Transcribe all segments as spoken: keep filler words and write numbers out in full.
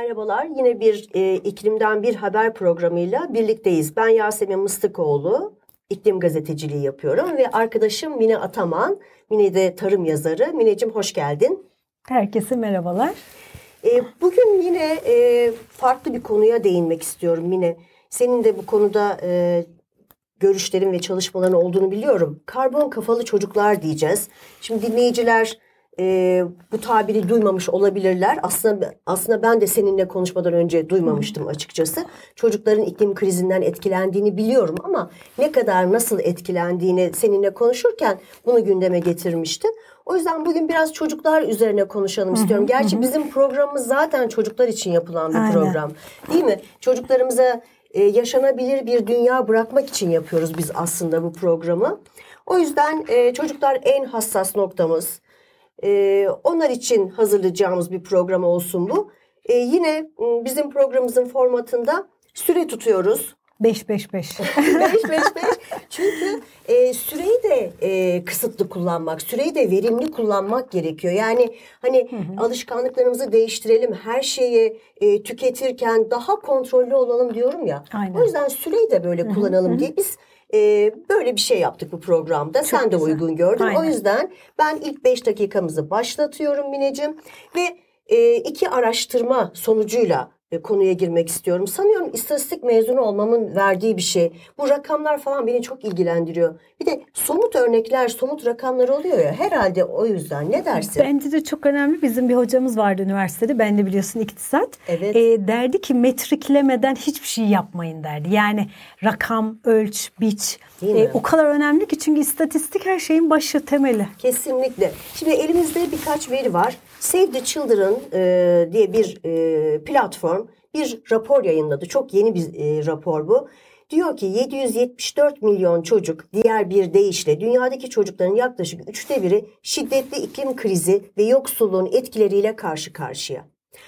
merhabalar. Yine bir e, iklimden bir haber programıyla birlikteyiz. Ben Yasemin Mıstıkoğlu, iklim gazeteciliği yapıyorum ve arkadaşım Mine Ataman. Mine de tarım yazarı. Mineciğim hoş geldin. Herkese merhabalar. E, bugün yine e, farklı bir konuya değinmek istiyorum Mine. Senin de bu konuda e, görüşlerin ve çalışmaların olduğunu biliyorum. Karbon kafalı çocuklar diyeceğiz. Şimdi dinleyiciler e, bu tabiri duymamış olabilirler. Aslında aslında ben de seninle konuşmadan önce duymamıştım açıkçası. Çocukların iklim krizinden etkilendiğini biliyorum ama ne kadar nasıl etkilendiğini seninle konuşurken bunu gündeme getirmiştin. O yüzden bugün biraz çocuklar üzerine konuşalım istiyorum. Gerçi bizim programımız zaten çocuklar için yapılan bir Aynen. program. Değil mi? Çocuklarımıza e, yaşanabilir bir dünya bırakmak için yapıyoruz biz aslında bu programı. O yüzden e, çocuklar en hassas noktamız. E, onlar için hazırlayacağımız bir program olsun bu. E, yine bizim programımızın formatında süre tutuyoruz. beş beş beş. beş beş beş. Çünkü e, süreyi de e, kısıtlı kullanmak, süreyi de verimli kullanmak gerekiyor. Yani hani hı hı. alışkanlıklarımızı değiştirelim, her şeyi e, tüketirken daha kontrollü olalım diyorum ya. Aynen. O yüzden süreyi de böyle kullanalım hı hı. diye biz e, böyle bir şey yaptık bu programda. Çok Sen de güzel. Uygun gördün. Aynen. O yüzden ben ilk beş dakikamızı başlatıyorum Mineciğim ve e, iki araştırma sonucuyla konuya girmek istiyorum. Sanıyorum istatistik mezunu olmamın verdiği bir şey. Bu rakamlar falan beni çok ilgilendiriyor. Bir de somut örnekler, somut rakamlar oluyor ya. Herhalde o yüzden. Ne dersin? Bence de çok önemli. Bizim bir hocamız vardı üniversitede. Ben de biliyorsun iktisat. Evet. E, derdi ki metriklemeden hiçbir şey yapmayın derdi. Yani rakam, ölç, biç. E, o kadar önemli ki çünkü istatistik her şeyin başı, temeli. Kesinlikle. Şimdi elimizde birkaç veri var. Save the Children e, diye bir e, platform bir rapor yayınladı. Çok yeni bir e, rapor bu. Diyor ki yedi yüz yetmiş dört milyon çocuk, diğer bir deyişle dünyadaki çocukların yaklaşık üçte biri şiddetli iklim krizi ve yoksulluğun etkileriyle karşı karşıya.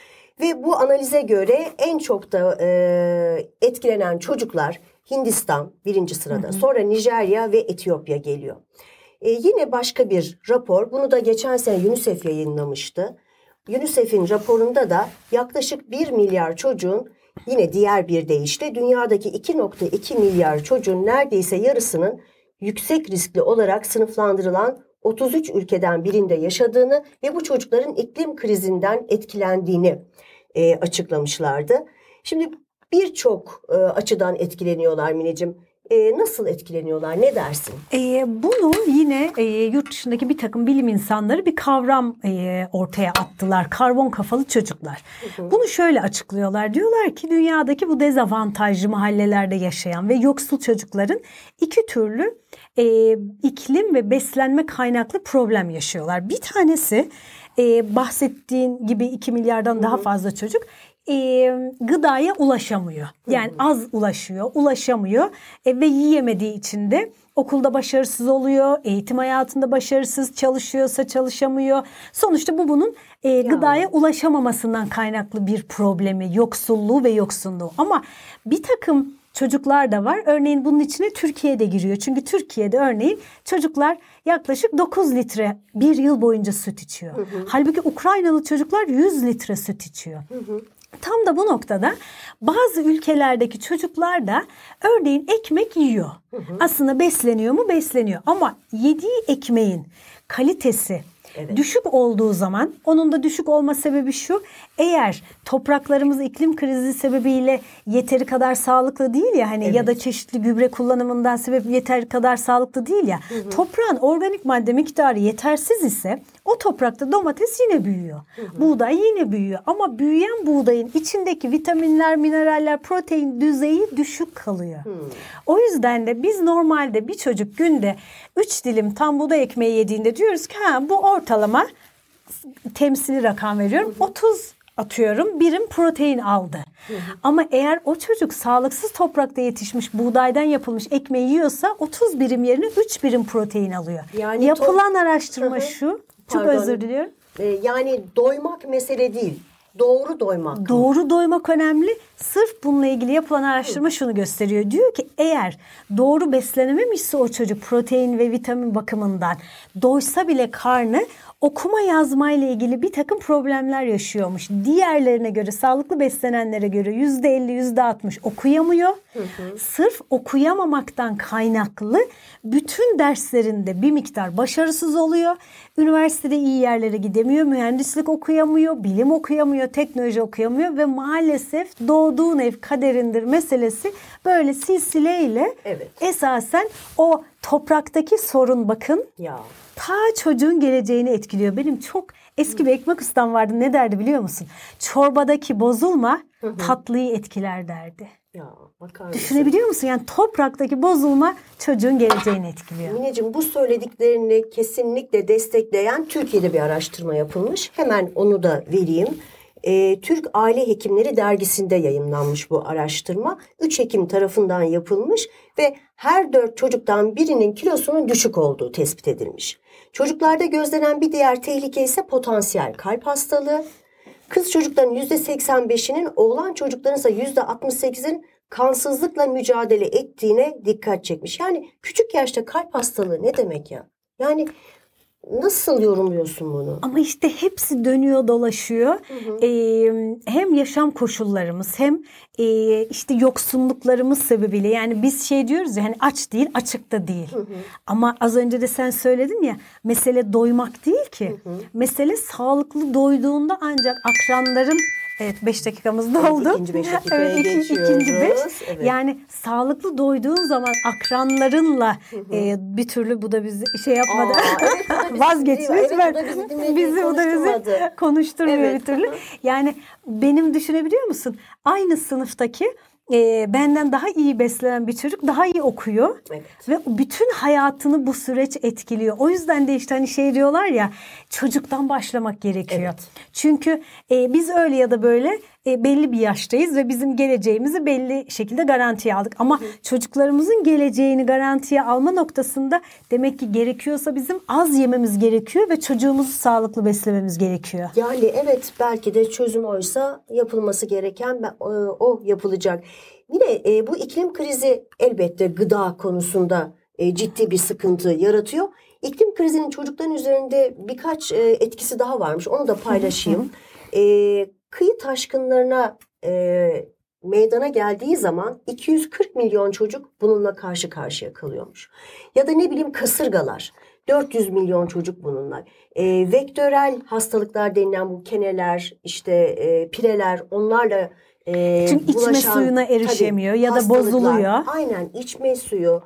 Ve bu analize göre en çok da e, etkilenen çocuklar Hindistan birinci sırada, hı hı. sonra Nijerya ve Etiyopya geliyor. Ee, yine başka bir rapor, bunu da geçen sene UNICEF yayınlamıştı. UNICEF'in raporunda da yaklaşık bir milyar çocuğun, yine diğer bir deyişle dünyadaki iki virgül iki milyar çocuğun neredeyse yarısının yüksek riskli olarak sınıflandırılan otuz üç ülkeden birinde yaşadığını ve bu çocukların iklim krizinden etkilendiğini e, açıklamışlardı. Şimdi birçok e, açıdan etkileniyorlar Mineciğim. Ee, nasıl etkileniyorlar? Ne dersin? Ee, bunu yine e, yurt dışındaki bir takım bilim insanları bir kavram e, ortaya attılar. Karbon kafalı çocuklar. Hı hı. Bunu şöyle açıklıyorlar. Diyorlar ki dünyadaki bu dezavantajlı mahallelerde yaşayan ve yoksul çocukların iki türlü e, iklim ve beslenme kaynaklı problem yaşıyorlar. Bir tanesi e, bahsettiğin gibi iki milyardan hı hı. daha fazla çocuk E, gıdaya ulaşamıyor. Yani hmm. az ulaşıyor, ulaşamıyor e, ve yiyemediği için de okulda başarısız oluyor, eğitim hayatında başarısız, çalışıyorsa çalışamıyor. Sonuçta bu bunun e, gıdaya ulaşamamasından kaynaklı bir problemi, yoksulluğu ve yoksunluğu. Ama bir takım çocuklar da var. Örneğin bunun içine Türkiye de giriyor. Çünkü Türkiye'de örneğin çocuklar yaklaşık dokuz litre bir yıl boyunca süt içiyor. Hı hı. Halbuki Ukraynalı çocuklar yüz litre süt içiyor. Hı hı. Tam da bu noktada bazı ülkelerdeki çocuklar da örneğin ekmek yiyor. Hı hı. Aslında besleniyor mu? Besleniyor. Ama yediği ekmeğin kalitesi evet. düşük olduğu zaman, onun da düşük olma sebebi şu: eğer topraklarımız iklim krizi sebebiyle yeteri kadar sağlıklı değil ya hani evet. ya da çeşitli gübre kullanımından sebep yeteri kadar sağlıklı değil ya, hı hı. toprağın organik madde miktarı yetersiz ise o toprakta domates yine büyüyor. Hı hı. Buğday yine büyüyor. Ama büyüyen buğdayın içindeki vitaminler, mineraller, protein düzeyi düşük kalıyor. Hı. O yüzden de biz normalde bir çocuk günde üç dilim tam buğday ekmeği yediğinde diyoruz ki ha bu ortalama, temsili rakam veriyorum, hı hı. otuz atıyorum birim protein aldı. Hı hı. Ama eğer o çocuk sağlıksız toprakta yetişmiş buğdaydan yapılmış ekmeği yiyorsa otuz birim yerine üç birim protein alıyor. Yani yapılan top... araştırma hı hı. şu. Çok Pardon. özür diliyorum. Ee, yani doymak mesele değil. Doğru doymak. Doğru doymak önemli. Sırf bununla ilgili yapılan araştırma Hı. şunu gösteriyor. Diyor ki eğer doğru beslenememişse o çocuk protein ve vitamin bakımından doysa bile karnı okuma yazma ile ilgili bir takım problemler yaşıyormuş. Diğerlerine göre, sağlıklı beslenenlere göre yüzde elli yüzde altmış okuyamıyor. Hı hı. Sırf okuyamamaktan kaynaklı bütün derslerinde bir miktar başarısız oluyor. Üniversitede iyi yerlere gidemiyor, mühendislik okuyamıyor, bilim okuyamıyor, teknoloji okuyamıyor ve maalesef doğduğun ev kaderindir meselesi böyle silsileyle evet. esasen o topraktaki sorun bakın ya. Ta çocuğun geleceğini etkiliyor. Benim çok eski bir ekmek ustam vardı. Ne derdi biliyor musun? Çorbadaki bozulma hı hı. tatlıyı etkiler derdi. Ya, bakar düşünebiliyor musun? Yani topraktaki bozulma çocuğun geleceğini etkiliyor. Mineciğim, bu söylediklerini kesinlikle destekleyen Türkiye'de bir araştırma yapılmış. Hemen onu da vereyim. Ee, Türk Aile Hekimleri Dergisi'nde yayımlanmış bu araştırma. Üç hekim tarafından yapılmış ve her dört çocuktan birinin kilosunun düşük olduğu tespit edilmiş. Çocuklarda gözlenen bir diğer tehlike ise potansiyel kalp hastalığı. Kız çocukların yüzde seksen beşinin, oğlan çocukların ise yüzde altmış sekizin kansızlıkla mücadele ettiğine dikkat çekmiş. Yani küçük yaşta kalp hastalığı ne demek ya? Yani nasıl yorumluyorsun bunu? Ama işte hepsi dönüyor dolaşıyor. Hı hı. Ee, hem yaşam koşullarımız hem e, işte yoksunluklarımız sebebiyle. Yani biz şey diyoruz ya, hani aç değil açık da değil. Hı hı. Ama az önce de sen söyledin ya, mesele doymak değil ki. Hı hı. Mesele sağlıklı doyduğunda ancak akranların... Evet, beş dakikamız doldu. Evet, ikinci beş dakikaya evet, iki, geçiyoruz. İkinci beş. Evet. Yani sağlıklı doyduğun zaman akranlarınla hı hı. E, bir türlü bu da bizi şey yapmadı. Evet, vazgeçmiş. Evet, bu da bizi dinledi, bizi bu da bizi konuşturmuyor evet. bir türlü. Yani benim düşünebiliyor musun? Aynı sınıftaki e, benden daha iyi beslenen bir çocuk daha iyi okuyor. Evet. Ve bütün hayatını bu süreç etkiliyor. O yüzden de işte hani şey diyorlar ya, çocuktan başlamak gerekiyor. Evet. Çünkü e, biz öyle ya da böyle e, belli bir yaştayız ve bizim geleceğimizi belli şekilde garantiye aldık. Ama hı. çocuklarımızın geleceğini garantiye alma noktasında demek ki gerekiyorsa bizim az yememiz gerekiyor ve çocuğumuzu sağlıklı beslememiz gerekiyor. Yani evet, belki de çözüm oysa yapılması gereken o yapılacak. Yine e, bu iklim krizi elbette gıda konusunda e, ciddi bir sıkıntı yaratıyor. İklim krizinin çocukların üzerinde birkaç e, etkisi daha varmış. Onu da paylaşayım. e, kıyı taşkınlarına e, meydana geldiği zaman iki yüz kırk milyon çocuk bununla karşı karşıya kalıyormuş. Ya da ne bileyim kasırgalar. dört yüz milyon çocuk bununla. E, vektörel hastalıklar denilen bu keneler, işte e, pireler, onlarla e, çünkü bulaşan, içme suyuna erişemiyor ya da bozuluyor. Aynen, içme suyu,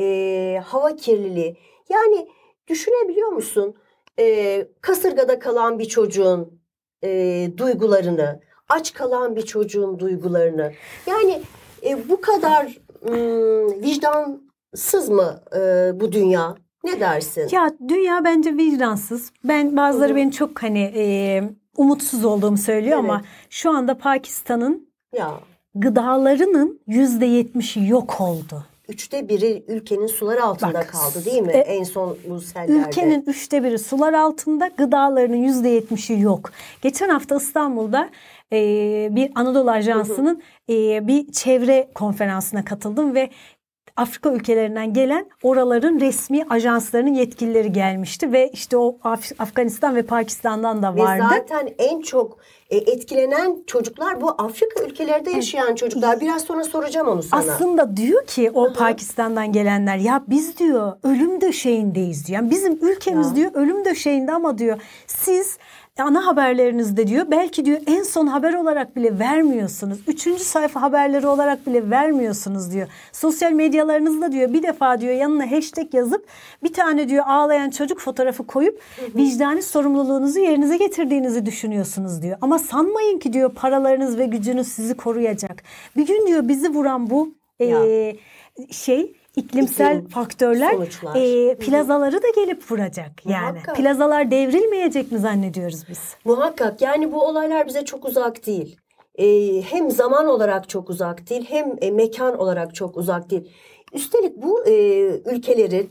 e, hava kirliliği. Yani düşünebiliyor musun? E, kasırgada kalan bir çocuğun e, duygularını, aç kalan bir çocuğun duygularını. Yani e, bu kadar ım, vicdansız mı e, bu dünya? Ne dersin? Ya dünya bence vicdansız. Ben bazıları Hı-hı. beni çok hani e, umutsuz olduğumu söylüyor evet. ama şu anda Pakistan'ın ya. gıdalarının yüzde yetmişi yok oldu. Üçte biri ülkenin sular altında Bak, kaldı değil mi? E, en son bu sellerde. Ülkenin üçte biri sular altında, gıdalarının yüzde yetmişi yok. Geçen hafta İstanbul'da e, bir Anadolu Ajansı'nın e, bir çevre konferansına katıldım ve Afrika ülkelerinden gelen oraların resmi ajanslarının yetkilileri gelmişti ve işte o Af- Afganistan ve Pakistan'dan da vardı. Ve zaten en çok e, etkilenen çocuklar bu Afrika ülkelerinde yaşayan evet. çocuklar. Biraz sonra soracağım onu sana. Aslında diyor ki o Hı-hı. Pakistan'dan gelenler, ya biz diyor ölüm döşeğindeyiz diyor. Yani bizim ülkemiz ya. diyor ölüm döşeğinde ama diyor siz ana haberlerinizde diyor belki diyor en son haber olarak bile vermiyorsunuz. Üçüncü sayfa haberleri olarak bile vermiyorsunuz diyor. Sosyal medyalarınızda diyor bir defa diyor yanına hashtag yazıp bir tane diyor ağlayan çocuk fotoğrafı koyup hı hı. vicdani sorumluluğunuzu yerinize getirdiğinizi düşünüyorsunuz diyor. Ama sanmayın ki diyor paralarınız ve gücünüz sizi koruyacak. Bir gün diyor bizi vuran bu e, şey iklimsel İklim, faktörler e, plazaları da gelip vuracak. Yani Muhakkak. Plazalar devrilmeyecek mi zannediyoruz biz? Muhakkak. Yani bu olaylar bize çok uzak değil. E, hem zaman olarak çok uzak değil, hem e, mekan olarak çok uzak değil. Üstelik bu e, ülkelerin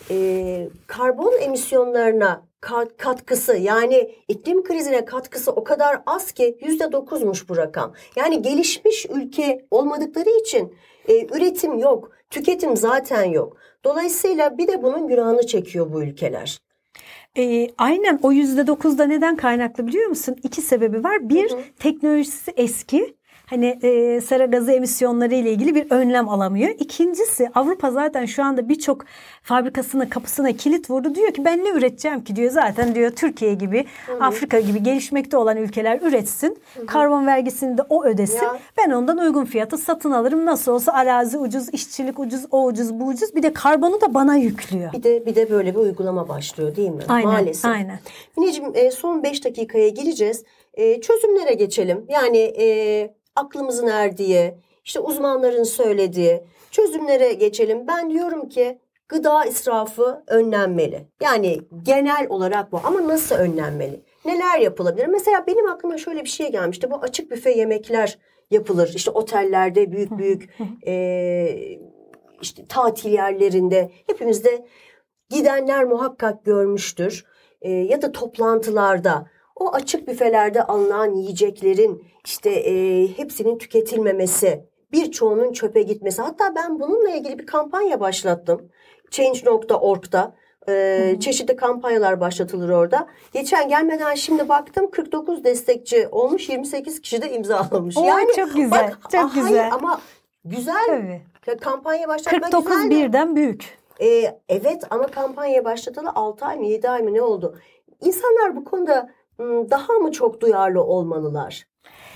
e, karbon emisyonlarına katkısı, yani iklim krizine katkısı o kadar az ki yüzde dokuzmuş bu rakam. Yani gelişmiş ülke olmadıkları için e, üretim yok, tüketim zaten yok. Dolayısıyla bir de bunun günahını çekiyor bu ülkeler. E, aynen o yüzde dokuzda neden kaynaklı biliyor musun? İki sebebi var. Bir, hı hı. teknolojisi eski. Hani e, sera gazı emisyonları ile ilgili bir önlem alamıyor. İkincisi, Avrupa zaten şu anda birçok fabrikasının kapısına kilit vurdu. Diyor ki ben ne üreteceğim ki diyor. Zaten diyor Türkiye gibi, hı hı. Afrika gibi gelişmekte olan ülkeler üretsin. Hı hı. Karbon vergisini de o ödesin. Ya. Ben ondan uygun fiyata satın alırım. Nasıl olsa arazi ucuz, işçilik ucuz, o ucuz, bu ucuz. Bir de karbonu da bana yüklüyor. Bir de bir de böyle bir uygulama başlıyor değil mi? Aynen, maalesef. Aynen. Mineciğim e, son beş dakikaya gireceğiz. E, çözümlere geçelim. Yani e, aklımızın erdiği, işte uzmanların söylediği çözümlere geçelim. Ben diyorum ki gıda israfı önlenmeli. Yani genel olarak bu, ama nasıl önlenmeli? Neler yapılabilir? Mesela benim aklıma şöyle bir şey gelmişti. Bu açık büfe yemekler yapılır. İşte otellerde, büyük büyük e, işte tatil yerlerinde, hepimiz de gidenler muhakkak görmüştür. E, ya da toplantılarda o açık büfelerde alınan yiyeceklerin işte e, hepsinin tüketilmemesi, birçoğunun çöpe gitmesi. Hatta ben bununla ilgili bir kampanya başlattım. change nokta org'da e, çeşitli kampanyalar başlatılır orada. Geçen gelmeden şimdi baktım kırk dokuz destekçi olmuş, yirmi sekiz kişi de imzalamış. Oo, yani çok güzel. Bak, çok ah, güzel. Hayır, ama güzel. Tabii. Kampanya başlatmak kırk dokuz güzel. birden büyük. E, evet, ama kampanya başlatalı altı ay mı yedi ay mı ne oldu? İnsanlar bu konuda daha mı çok duyarlı olmalılar?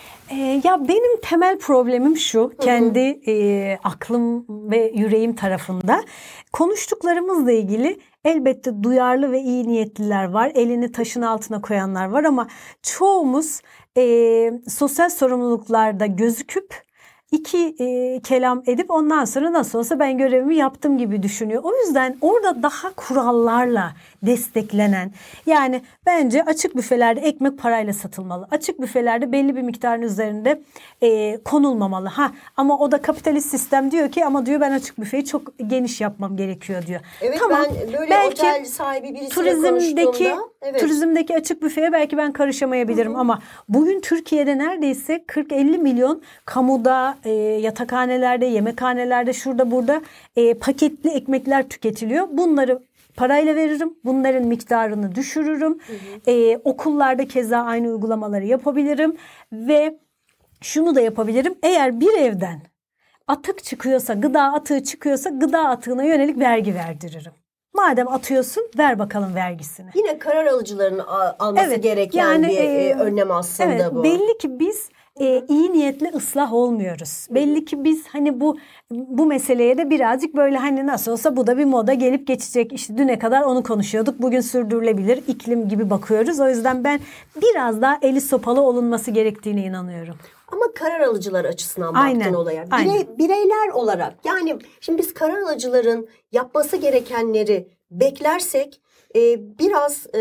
Ee, ya benim temel problemim şu, hı hı. kendi e, aklım ve yüreğim tarafında. Konuştuklarımızla ilgili elbette duyarlı ve iyi niyetliler var. Elini taşın altına koyanlar var, ama çoğumuz e, sosyal sorumluluklarda gözüküp iki e, kelam edip ondan sonra nasıl olsa ben görevimi yaptım gibi düşünüyor. O yüzden orada daha kurallarla desteklenen, yani bence açık büfelerde ekmek parayla satılmalı. Açık büfelerde belli bir miktarın üzerinde e, konulmamalı. Ha, ama o da kapitalist sistem diyor ki ama diyor ben açık büfeyi çok geniş yapmam gerekiyor diyor. Evet, tamam, ben böyle belki otel sahibi birisiyle turizmdeki, konuştuğumda evet. turizmdeki açık büfeye belki ben karışamayabilirim, hı hı. ama bugün Türkiye'de neredeyse kırk elli milyon kamuda, e, yatakhanelerde, yemekhanelerde, şurada burada e, paketli ekmekler tüketiliyor. Bunları parayla veririm. Bunların miktarını düşürürüm. Hı hı. E, okullarda keza aynı uygulamaları yapabilirim. Ve şunu da yapabilirim. Eğer bir evden atık çıkıyorsa, gıda atığı çıkıyorsa gıda atığına yönelik vergi verdiririm. Madem atıyorsun, ver bakalım vergisini. Yine karar alıcıların alması evet, gereken yani, bir e, önlem aslında evet, bu. Belli ki biz e, iyi niyetli ıslah olmuyoruz. Hı-hı. Belli ki biz hani bu bu meseleye de birazcık böyle hani nasıl olsa bu da bir moda, gelip geçecek. İşte düne kadar onu konuşuyorduk. Bugün sürdürülebilir iklim gibi bakıyoruz. O yüzden ben biraz daha eli sopalı olunması gerektiğine inanıyorum. Ama karar alıcılar açısından baktın aynen, olaya. Birey, aynen. Bireyler olarak, yani şimdi biz karar alıcıların yapması gerekenleri beklersek e, biraz e,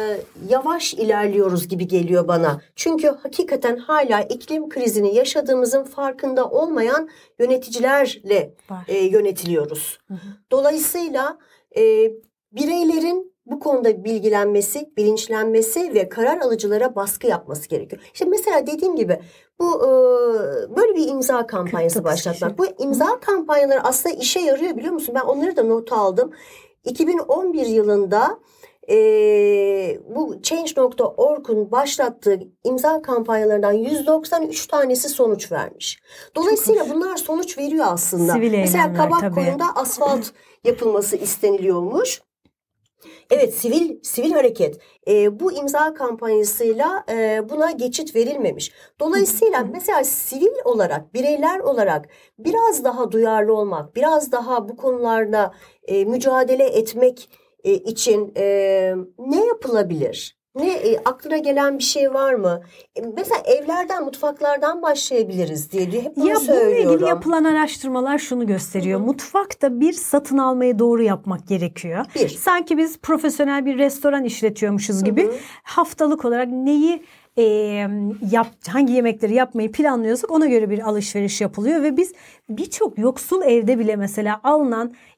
yavaş ilerliyoruz gibi geliyor bana. Çünkü hakikaten hala iklim krizini yaşadığımızın farkında olmayan yöneticilerle e, yönetiliyoruz. Hı hı. Dolayısıyla e, bireylerin bu konuda bilgilenmesi, bilinçlenmesi ve karar alıcılara baskı yapması gerekiyor. İşte mesela dediğim gibi bu e, böyle bir imza kampanyası başlatmak. Bu imza kampanyaları aslında işe yarıyor, biliyor musun? Ben onları da not aldım. iki bin on bir yılında e, bu change nokta org'un başlattığı imza kampanyalarından yüz doksan üç tanesi sonuç vermiş. Dolayısıyla bunlar sonuç veriyor aslında. Sivil Mesela Kabakkoyun'da tabii. asfalt yapılması isteniliyormuş. Evet, sivil sivil hareket e, bu imza kampanyasıyla e, buna geçit verilmemiş. Dolayısıyla mesela sivil olarak, bireyler olarak biraz daha duyarlı olmak, biraz daha bu konularda e, mücadele etmek e, için e, ne yapılabilir? Ne e, aklına gelen bir şey var mı? E, mesela evlerden, mutfaklardan başlayabiliriz diye diyor. Hep bunu ya söylüyorum. Bununla ilgili yapılan araştırmalar şunu gösteriyor. Hı-hı. Mutfakta bir satın almayı doğru yapmak gerekiyor. Bir. Sanki biz profesyonel bir restoran işletiyormuşuz gibi, Hı-hı. haftalık olarak neyi e, yap, hangi yemekleri yapmayı planlıyorsak ona göre bir alışveriş yapılıyor ve biz birçok yoksul evde bile mesela alınan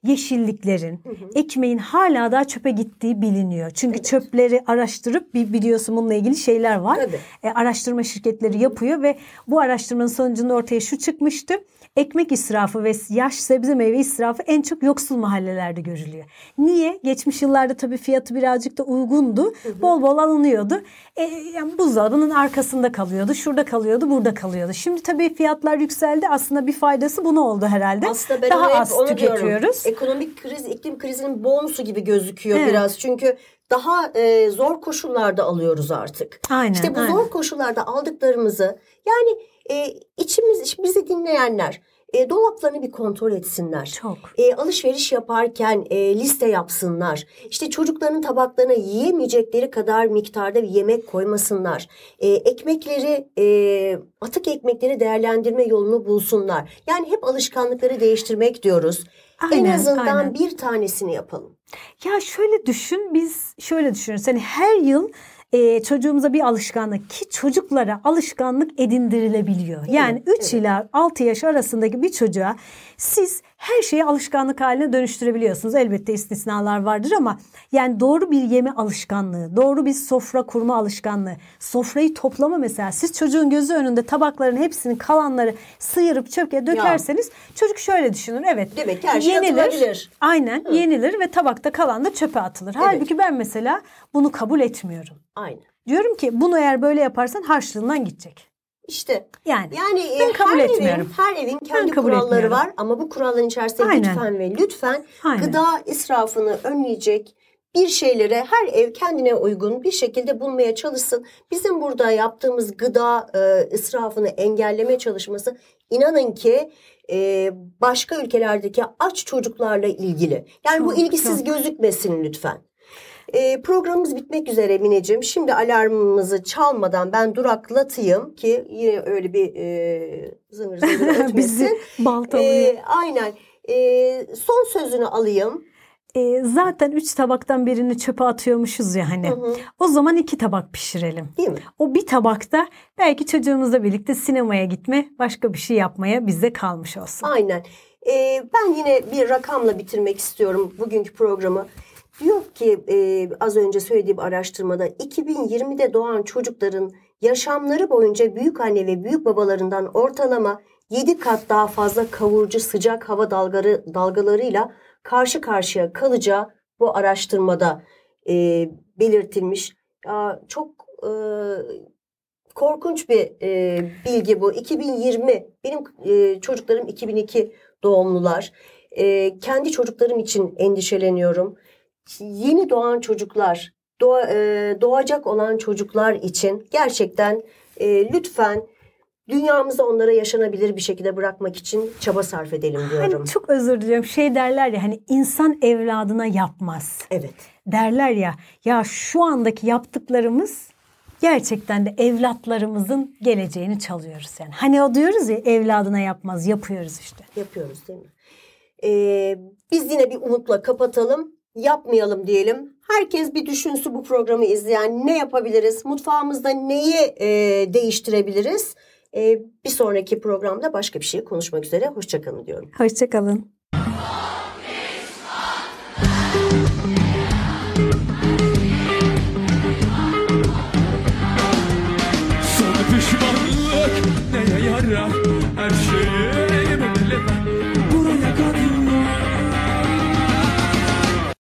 yeşilliklerin, ekmeğin hala daha çöpe gittiği biliniyor. Çünkü evet. çöpleri araştırıp bir biliyorsun bununla ilgili şeyler var. E, araştırma şirketleri yapıyor ve bu araştırmanın sonucunda ortaya şu çıkmıştı. Ekmek israfı ve yaş sebze meyve israfı en çok yoksul mahallelerde görülüyor. Niye? Geçmiş yıllarda tabii fiyatı birazcık da uygundu. Hı hı. Bol bol alınıyordu. E, yani buzdolabının arkasında kalıyordu. Şurada kalıyordu, burada kalıyordu. Şimdi tabii fiyatlar yükseldi. Aslında bir faydası bunu oldu herhalde. Aslında ben daha hep az onu tüketiyoruz. Diyorum. Ekonomik kriz, iklim krizinin bonusu gibi gözüküyor evet. biraz. Çünkü daha e, zor koşullarda alıyoruz artık. Aynen, işte bu aynen. zor koşullarda aldıklarımızı yani e, içimiz bizi dinleyenler E, dolaplarını bir kontrol etsinler. Çok. E, alışveriş yaparken e, liste yapsınlar. İşte çocukların tabaklarına yiyemeyecekleri kadar miktarda bir yemek koymasınlar. E, ekmekleri, e, atık ekmekleri değerlendirme yolunu bulsunlar. Yani hep alışkanlıkları değiştirmek diyoruz. Aynen, en azından aynen. bir tanesini yapalım. Ya şöyle düşün, biz şöyle düşünürüz. Hani her yıl e, çocuğumuza bir alışkanlık, ki çocuklara alışkanlık edindirilebiliyor. Değil yani mi? üç evet. ila altı yaş arasındaki bir çocuğa siz her şeyi alışkanlık haline dönüştürebiliyorsunuz. Elbette istisnalar vardır ama yani doğru bir yeme alışkanlığı, doğru bir sofra kurma alışkanlığı, sofrayı toplama mesela. Siz çocuğun gözü önünde tabakların hepsinin kalanları sıyırıp çöpe dökerseniz ya. Çocuk şöyle düşünür. Evet. Demek ki her şey atılabilir. Aynen Hı. yenilir ve tabakta kalan da çöpe atılır. Evet. Halbuki ben mesela bunu kabul etmiyorum. Aynen. Diyorum ki bunu eğer böyle yaparsan harçlığından gidecek. İşte yani, yani ben kabul her etmiyorum. Evin, her evin kendi kuralları var ama bu kuralların içerisinde Aynen. lütfen ve lütfen Aynen. gıda israfını önleyecek bir şeylere her ev kendine uygun bir şekilde bulmaya çalışsın. Bizim burada yaptığımız gıda e, israfını engelleme çalışması inanın ki e, başka ülkelerdeki aç çocuklarla ilgili. Yani çok, bu ilgisiz çok. gözükmesin lütfen. E, programımız bitmek üzere Mineciğim. Şimdi alarmımızı çalmadan ben duraklatayım ki yine öyle bir e, zıngır zıngır ötmesin. Bizi baltalıyor. E, aynen. E, son sözünü alayım. E, zaten üç tabaktan birini çöpe atıyormuşuz ya hani. Hı hı. O zaman iki tabak pişirelim. Değil mi? O bir tabakta belki çocuğumuzla birlikte sinemaya gitme, başka bir şey yapmaya bize kalmış olsun. Aynen. E, ben yine bir rakamla bitirmek istiyorum bugünkü programı. Diyor ki e, az önce söylediğim araştırmada iki bin yirmide doğan çocukların yaşamları boyunca büyükanne ve büyük babalarından ortalama yedi kat daha fazla kavurucu sıcak hava dalgaları, dalgalarıyla karşı karşıya kalacağı bu araştırmada e, belirtilmiş. Ya, çok e, korkunç bir e, bilgi bu. iki bin yirmi benim e, çocuklarım iki bin iki doğumlular. E, kendi çocuklarım için endişeleniyorum. Yeni doğan çocuklar, doğa, e, doğacak olan çocuklar için gerçekten e, lütfen dünyamızı onlara yaşanabilir bir şekilde bırakmak için çaba sarf edelim diyorum. Hani çok özür diliyorum. Şey derler ya hani insan evladına yapmaz. Evet. Derler ya ya şu andaki yaptıklarımız gerçekten de evlatlarımızın geleceğini çalıyoruz yani. Hani o diyoruz ya evladına yapmaz, yapıyoruz işte. Yapıyoruz değil mi? Ee, biz yine bir umutla kapatalım. Yapmayalım diyelim. Herkes bir düşünsün bu programı izleyen ne yapabiliriz? Mutfağımızda neyi e, değiştirebiliriz? E, bir sonraki programda başka bir şey konuşmak üzere. Hoşça kalın diyorum. Hoşça kalın.